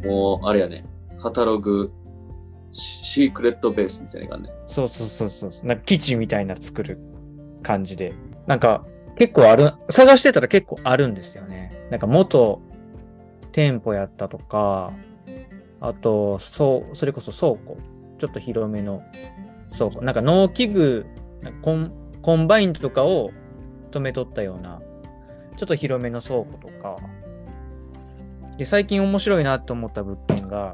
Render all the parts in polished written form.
もう、あれやね、ハタログ、シークレットベースですよね、ね。 そうそうそうそう。なんか基地みたいな作る感じで。なんか結構ある、探してたら結構あるんですよね。なんか元店舗やったとか、あと、それこそ倉庫。ちょっと広めの倉庫。なんか農機具、なんかコンバインとかを止めとったような、ちょっと広めの倉庫とか。で、最近面白いなと思った物件が、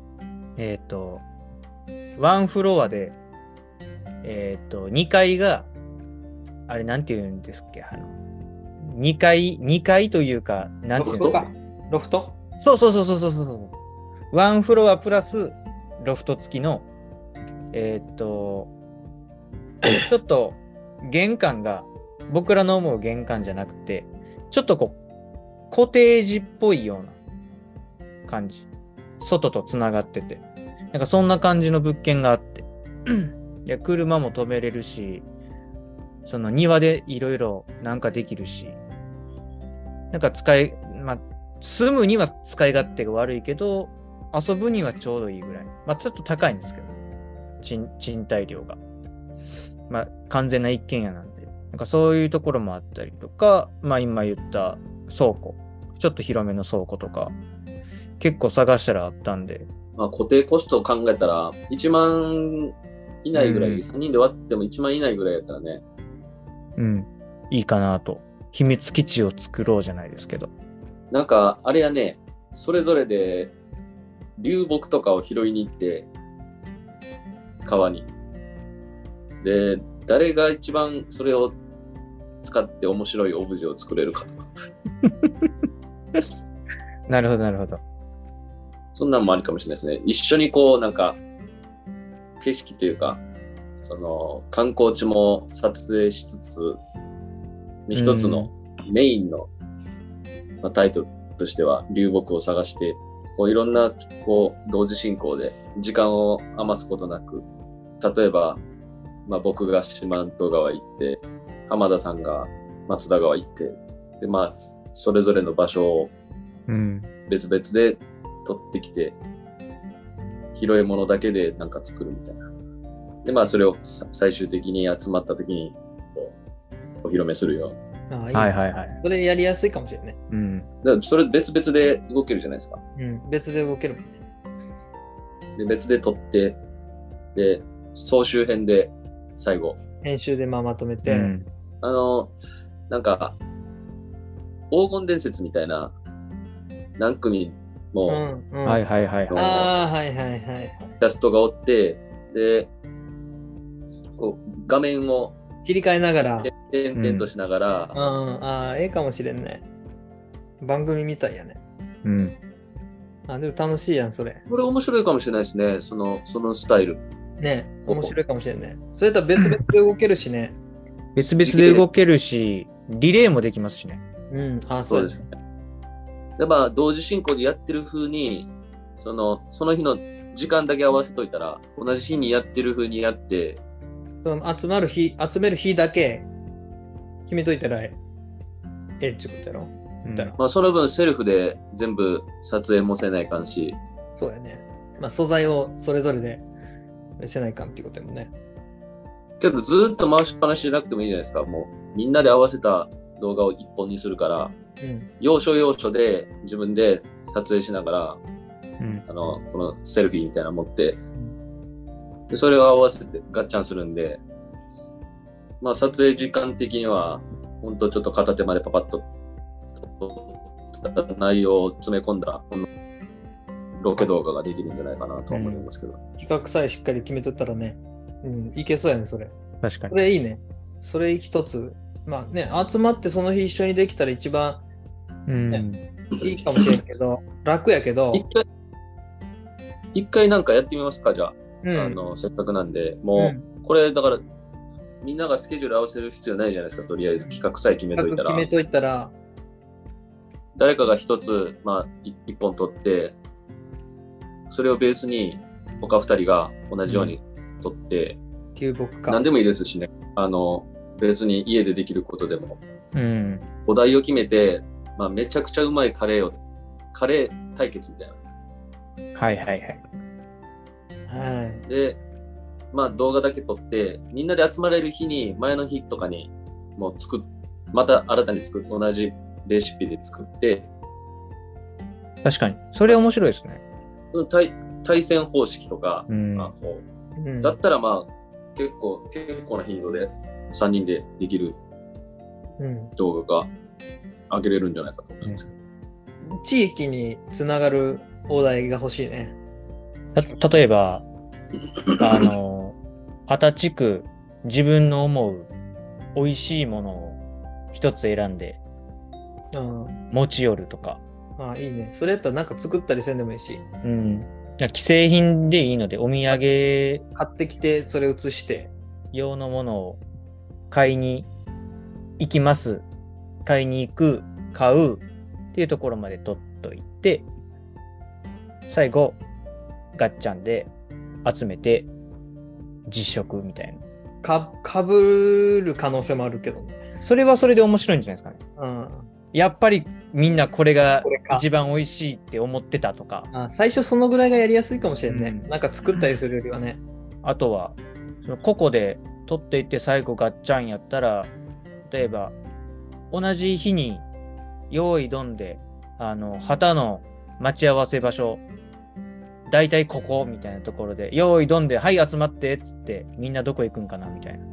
ワンフロアで、2階が、あれなんて言うんですっけ、2階というか、なんて言うんですか。 ロフトそうそうそうそうそうそう。ワンフロアプラスロフト付きの、ちょっと玄関が僕らの思う玄関じゃなくて、ちょっとこう、コテージっぽいような感じ。外とつながってて。なんかそんな感じの物件があって。いや、車も止めれるし、その庭でいろいろなんかできるし、なんかまあ、住むには使い勝手が悪いけど、遊ぶにはちょうどいいぐらい。まあ、ちょっと高いんですけど、賃貸料が。まあ、完全な一軒家なんで。なんかそういうところもあったりとか、まあ今言った倉庫、ちょっと広めの倉庫とか、結構探したらあったんで。 まあ、固定コストを考えたら、1万以内ぐらい、3人で割っても1万以内ぐらいやったらね。 うん、いいかなと。秘密基地を作ろうじゃないですけど。 なんか、あれやね、それぞれで流木とかを拾いに行って、川に。で、誰が一番それを使って面白いオブジェを作れるかとか。 なるほど、なるほど。 そんなんもありかもしれないですね。一緒にこう、なんか、景色というか、その、観光地も撮影しつつ、一つのメインの、まあ、タイトルとしては、流木を探して、こういろんな、こう、同時進行で、時間を余すことなく、例えば、まあ、僕が四万十川行って、浜田さんが松田川行って、で、まあ、それぞれの場所を別々で取ってきて、拾い物だけでなんか作るみたいな。で、まあ、それを最終的に集まった時にお披露目するよ。 ああ、いい。 はいはいはい。 それやりやすいかもしれないね。 うん。 だからそれ別々で動けるじゃないですか。 うん。別で動けるもんね。 で、別で撮って、で、総集編で最後。 編集でまとめて。 なんか、黄金伝説みたいな、何組も、 はいはいはいはい。 ああ、はいはいはい。 キャストがおって、で、こう画面を切り替えながら。 点々としながら。 ああ、ええかもしれんね。番組みたいやね。 うん。 あ、でも楽しいやん、それ。 これ面白いかもしれないですね、そのスタイル。 ね、面白いかもしれんね。それとは別々で動けるしね。 別々で動けるし、リレーもできますしね。 うん、あ、 そうですね。で、まあ、同時進行でやってる風に、その日の時間だけ合わせといたら、同じ日にやってる風にやって、 集める日だけ決めといたらええってことやろ。 まあ、その分セルフで全部撮影もせないかんし。 そうやね。まあ、素材をそれぞれで見せないかんっていうことやもんね。 けどずっと回しっぱなしじゃなくてもいいじゃないですか。もうみんなで合わせた動画を一本にするから、要所要所で自分で撮影しながら、このセルフィーみたいなの持って、でそれを合わせてガッチャンするんで、まあ撮影時間的には、ほんとちょっと片手までパパッと内容を詰め込んだロケ動画ができるんじゃないかなと思いますけど。 企画さえしっかり決めとったらね、いけそうやね、それ。 確かに。 それいいね。それ一つ。まあね、集まってその日一緒にできたら一番、いいかもしれんけど、楽やけど。 一回なんかやってみますか、じゃあ。せっかくなんで、もう、これだから、みんながスケジュール合わせる必要ないじゃないですか、とりあえず企画さえ決めといたら。誰かが一つ、まあ、一本取って、それをベースに他二人が同じように取って、何でもいいですしね。別に家でできることでも。お題を決めて、まあ、めちゃくちゃうまいカレー対決みたいな。 はいはいはい。 はで、まあ動画だけ撮って、みんなで集まれる日に、前の日とかにもうまた新たに作って、同じレシピで作って、 確かに。それ面白いですね。 対戦方式とか、 うんまあこい。 うだったらまあ結構な頻度で3人でできる動画が上げれるんじゃないかと思うんですけど。 地域につながるお題が欲しいね。 例えば、足立区、自分の思う美味しいものを一つ選んでうん。 持ち寄るとか。 あ、いいね。それやったらなんか作ったりせんでもいいし、 うん。既製品でいいので、お土産買ってきてそれ写して。 用のものを買いに行きます。買いに行く、買うっていうところまで取っといて、最後、ガッチャンで集めて実食みたいな。 かぶる可能性もあるけどね。 それはそれで面白いんじゃないですかね。 うん。 やっぱりみんなこれがこれか一番美味しいって思ってたとか、 最初そのぐらいがやりやすいかもしれんね。 うんなんか作ったりするよりはね。 あとはその個々で取っていって最後ガッチャンやったら、例えば同じ日に用意どんで旗の待ち合わせ場所だいたいここみたいなところで用意どんではい集まってっつってみんなどこ行くんかなみたいな。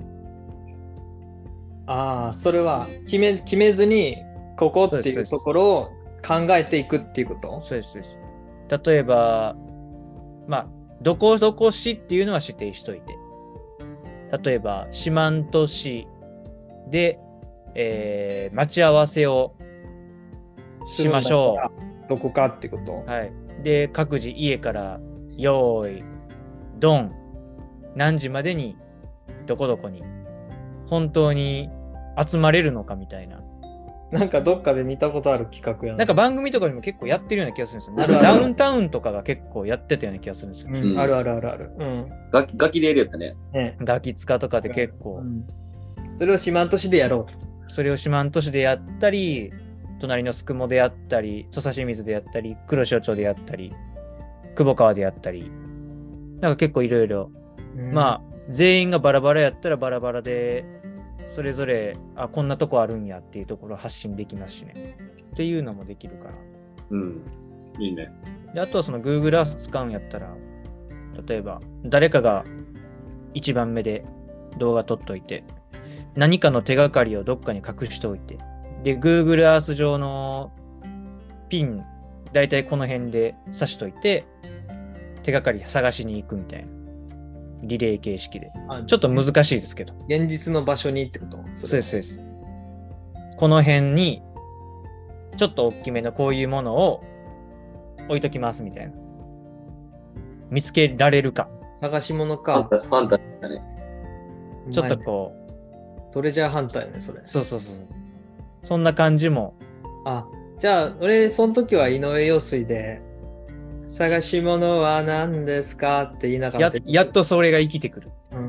それは決めずにここっていうところを考えていくっていうこと？ そうです。例えばまあどこ市っていうのは指定しといて、例えば四万十市で、待ち合わせをしましょう。どこかってこと？ はい。で、各自家から用意ドン何時までにどこどこに本当に集まれるのかみたいな。 なんかどっかで見たことある企画やな。 なんか番組とかにも結構やってるような気がするんですよ。なんかダウンタウンとかが結構やってたような気がするんですよ。 うん、ある。うん。 ガキでやるやったね。 ガキ使とかで結構。 それを四万十市でやろう。それを四万十市でやったり、隣の宿毛でやったり、土佐清水でやったり、黒潮町でやったり、久保川でやったり、なんか結構いろいろ。まあ、全員がバラバラやったらバラバラで、それぞれこんなとこあるんやっていうところを発信できますしねっていうのもできるから。 いいね。 であとはその Google Earth 使うんやったら、例えば誰かが1番目で動画撮っといて、何かの手がかりをどっかに隠しておいて、で Google Earth 上のピンだいたいこの辺で刺しといて手がかり探しに行くみたいなリレー形式で。ちょっと難しいですけど。 現実の場所にってこと？ そうです。この辺に、ちょっと大きめのこういうものを置いときますみたいな。見つけられるか。 探し物か。 ファンタだね。 ちょっとこう。トレジャーハンターやね、それ。 そう。そんな感じも。 じゃあ、俺、その時は井上陽水で、探し物は何ですかって言いながら。 やっとそれが生きてくる。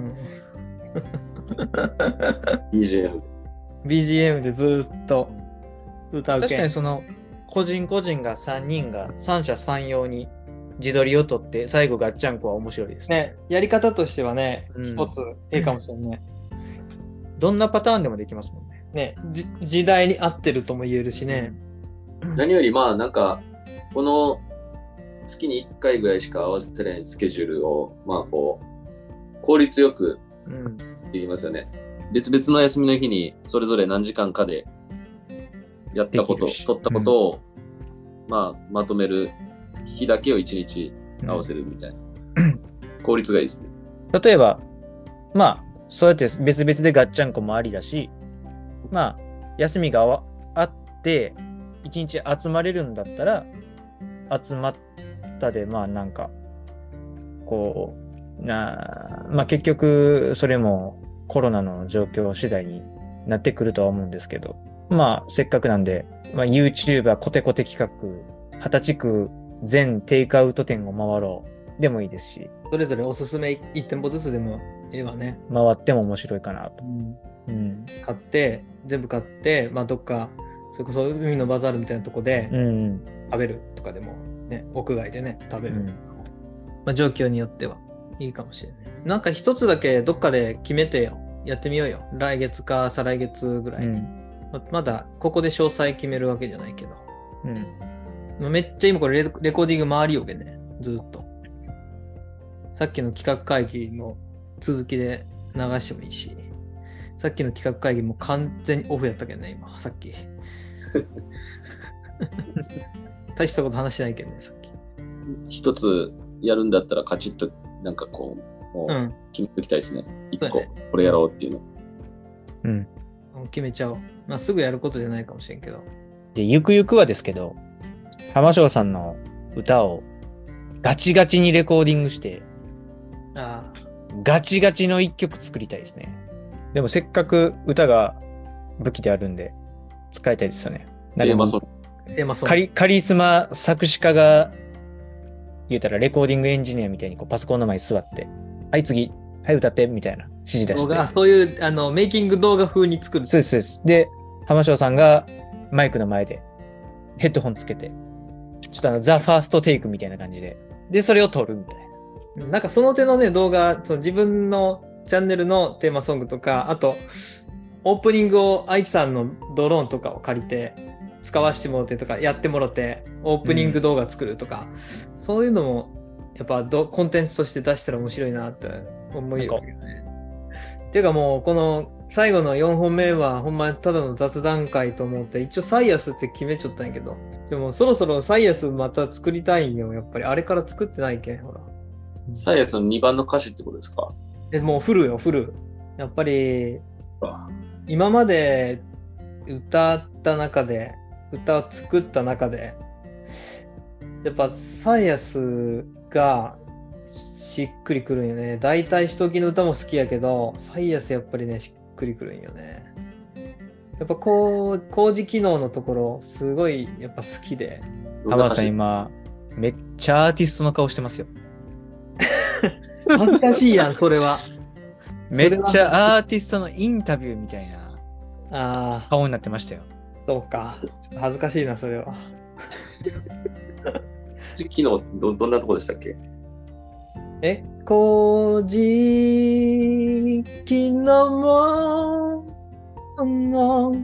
BGM でずっと歌うけん。 確かにその個人が3人が三者三様に自撮りを撮って最後ガッチャンコは面白いですね。やり方としてはね、一ついいかもしれないね。 どんなパターンでもできますもんね。 時代に合ってるとも言えるしね。 何よりまあなんかこの月に1回ぐらいしか合わせてないスケジュールをまあこう効率よくできますよね。別々の休みの日にそれぞれ何時間かでやったこと、取ったことを、まとめる日だけを1日合わせるみたいな。効率がいいですね。 例えば、そうやって別々でガッチャンコもありだし、休みがあって1日集まれるんだったら、集まったで、なんか、こう、結局、それもコロナの状況次第になってくるとは思うんですけど、せっかくなんで、YouTuber コテコテ企画、20歳区全テイクアウト店を回ろうでもいいですし、 それぞれおすすめ1店舗ずつでもいいわね。 回っても面白いかなと。 全部買って、どっか、それこそ海のバザールみたいなとこで食べるとかでも、ね、屋外でね、食べるまあ、状況によってはいいかもしれない。なんか一つだけどっかで決めてよ。やってみようよ。来月か再来月ぐらい。まだここで詳細決めるわけじゃないけど。めっちゃ今これレコーディング回りよけね。ずっと。さっきの企画会議の続きで流してもいいし。さっきの企画会議も完全にオフやったけどね、今。さっき。大したこと話してないけどね、さっき。 一つやるんだったらカチッとなんかこう、もう決めておきたいですね。一個、これやろうっていうの。 決めちゃおう。まあ、すぐやることじゃないかもしれんけど。 でゆくゆくはですけど、浜翔さんの歌をガチガチにレコーディングして、ガチガチの一曲作りたいですね。でもせっかく歌が武器であるんで、使いたいですよね。 テーマソング。 カリスマ作詞家が言うたらレコーディングエンジニアみたいにこうパソコンの前に座って、はい次、はい歌ってみたいな指示出して。 そういうメイキング動画風に作る。 そうです、そうです。で、浜翔さんがマイクの前でヘッドホンつけて、ちょっとザ・ファーストテイクみたいな感じで、で、それを撮るみたいな。なんかその手のね、動画、その自分のチャンネルのテーマソングとか、あと、オープニングを愛知さんのドローンとかを借りて、使わせてもらってとか、やってもらって、オープニング動画作るとか、そういうのも、やっぱコンテンツとして出したら面白いなって思いよね。っていうかもう、この最後の4本目は、ほんまにただの雑談会と思って、一応サイアスって決めちゃったんやけど、でもそろそろサイアスまた作りたいんよ、やっぱり。あれから作ってないけん、ほら。 サイアスの2番の歌詞ってことですか？ もうフルよ、フル。やっぱり、今まで歌った中で、歌を作った中で、やっぱサイアスがしっくりくるんよね。大体しときの歌も好きやけど、サイアスやっぱりね、しっくりくるんよね。やっぱ工事機能のところ、すごいやっぱ好きで。 浜田さん今、めっちゃアーティストの顔してますよ。 恥ずかしいやん、それは。 めっちゃアーティストのインタビューみたいな顔になってましたよ。 そうか。恥ずかしいな、それは。 昨日どんなとこでしたっけ？ 工事機能の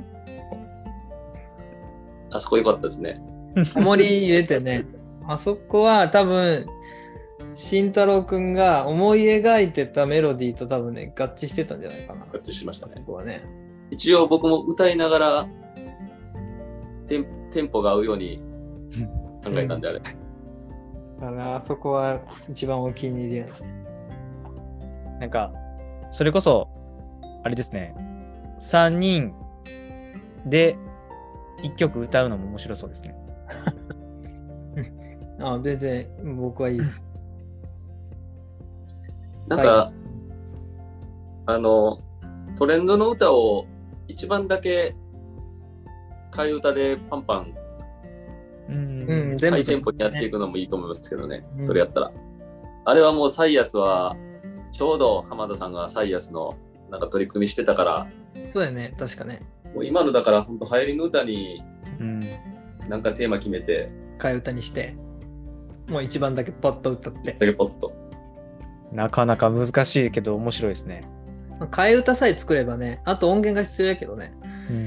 あそこ良かったですね。 盛り入れてね。あそこは多分、慎太郎くんが思い描いてたメロディーと多分ね、合致してたんじゃないかな。 合致しましたね。 ここはね。 一応僕も歌いながらテンポが合うように考えたんであれ。 あそこは一番お気に入りやね。 なんか、それこそ、あれですね、3人で1曲歌うのも面白そうですね。 全然僕はいいです。 なんか、トレンドの歌を一番だけ替え歌でパンパンハイテンポにやっていくのもいいと思いますけどね、それやったら。あれはもうサイアスは、ちょうど浜田さんがサイアスのなんか取り組みしてたから。 そうだよね、確かね。 もう今のだから本当流行りの歌に、なんかテーマ決めて。 替え歌にして、もう一番だけポッと歌って。 だけポッと。 なかなか難しいけど面白いですね。 替え歌さえ作ればね、あと音源が必要やけどね。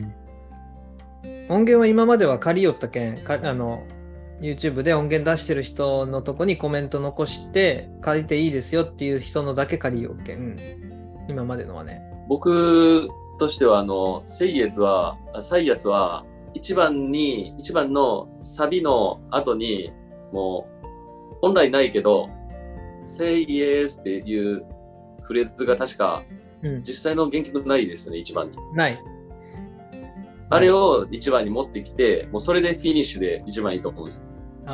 音源は今までは借りよったけん、YouTube で音源出してる人のとこにコメント残して借りていいですよっていう人のだけ借りようけん、今までのはね。 僕としてはサイアスは一番のサビの後にもう本来ないけど Say Yes っていうフレーズが確か実際の原曲ないですよね、一番に。 ない。 あれを一番に持ってきて、もうそれでフィニッシュで一番いいと思うんですよ。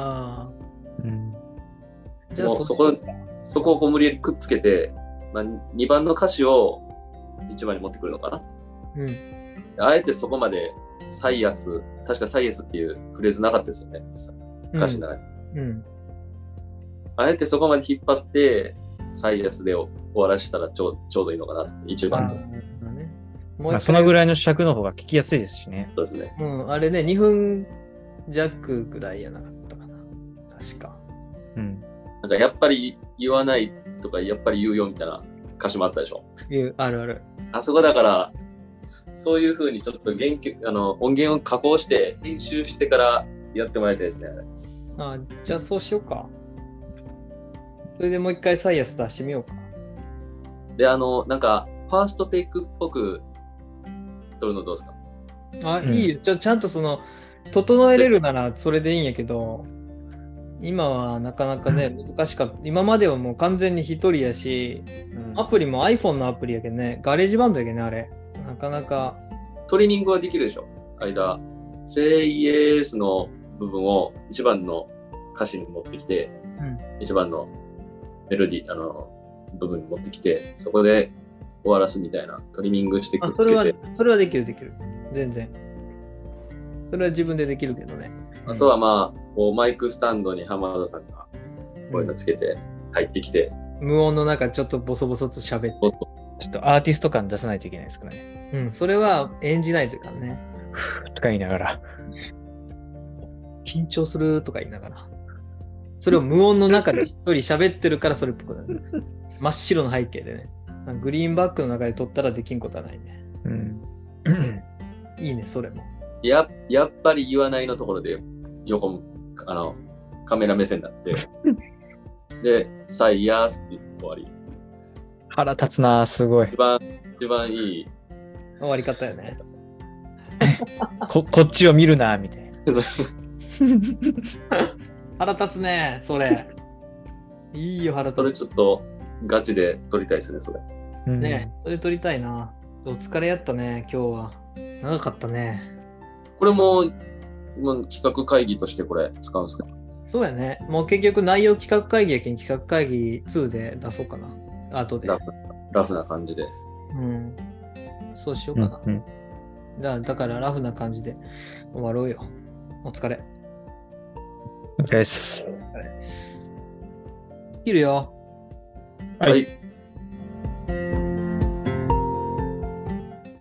じゃあそこをこう無理やりくっつけて、2番の歌詞を一番に持ってくるのかな。あえてそこまで確かサイアスっていうフレーズなかったですよね、歌詞の中に。あえてそこまで引っ張って、サイアスで終わらせたらちょうどいいのかな、一番で。 そのぐらいの尺の方が聞きやすいですしね。 そうですね。 あれね、2分弱ぐらいやなかったかな。確か。 なんかやっぱり言わないとかやっぱり言うよみたいな歌詞もあったでしょ。 あるある。 あそこだから、そういう風にちょっと音源を加工して編集してからやってもらいたいですね。 あ、じゃあそうしようか。それでもう一回サイヤス出してみようか。 で、なんか、ファーストテイクっぽく撮るのどうですか？ あ、 うんいいよ。ちゃんと整えれるならそれでいいんやけど、今はなかなかね、難しかった。今まではもう完全に一人やし、アプリも iPhone のアプリやけんね、ガレージバンドやけんね、あれ。なかなか。 トリミングはできるでしょ。間、Say Yes の部分を一番の歌詞に持ってきて、一番のメロディ部分に持ってきて、そこで終わらすみたいな、トリミングしてくっつけて。 それはできる。全然。それは自分でできるけどね。 あとはまあ、こうマイクスタンドに浜田さんがこういうのつけて入ってきて、 無音の中ちょっとボソボソと喋って。 ちょっとアーティスト感出さないといけないですからね。 うん、それは演じないというかね。 とか言いながら。 緊張するとか言いながら。それを無音の中で一人喋ってるからそれっぽくなる。真っ白の背景でね。グリーンバックの中で撮ったらできんことはないね。 うん。 いいね、それも。 やっぱり言わないのところで横カメラ目線になって、で、サイヤースって言って終わり。 腹立つな、すごい。 一番いい。 終わり方やね。 こっちを見るな、みたいな。 腹立つね、それ。いいよ、腹立つ。 それちょっとガチで撮りたいですね、それ。 ね、それ撮りたいな。お疲れやったね、今日は。長かったね。 これも企画会議としてこれ使うんですか？ そうやね。もう結局内容企画会議やけん企画会議2で出そうかな。後で。 ラフな感じで。 うん。そうしようかな。だからラフな感じで終わろうよ。お疲れ。 お疲れです。 切るよ。 はい。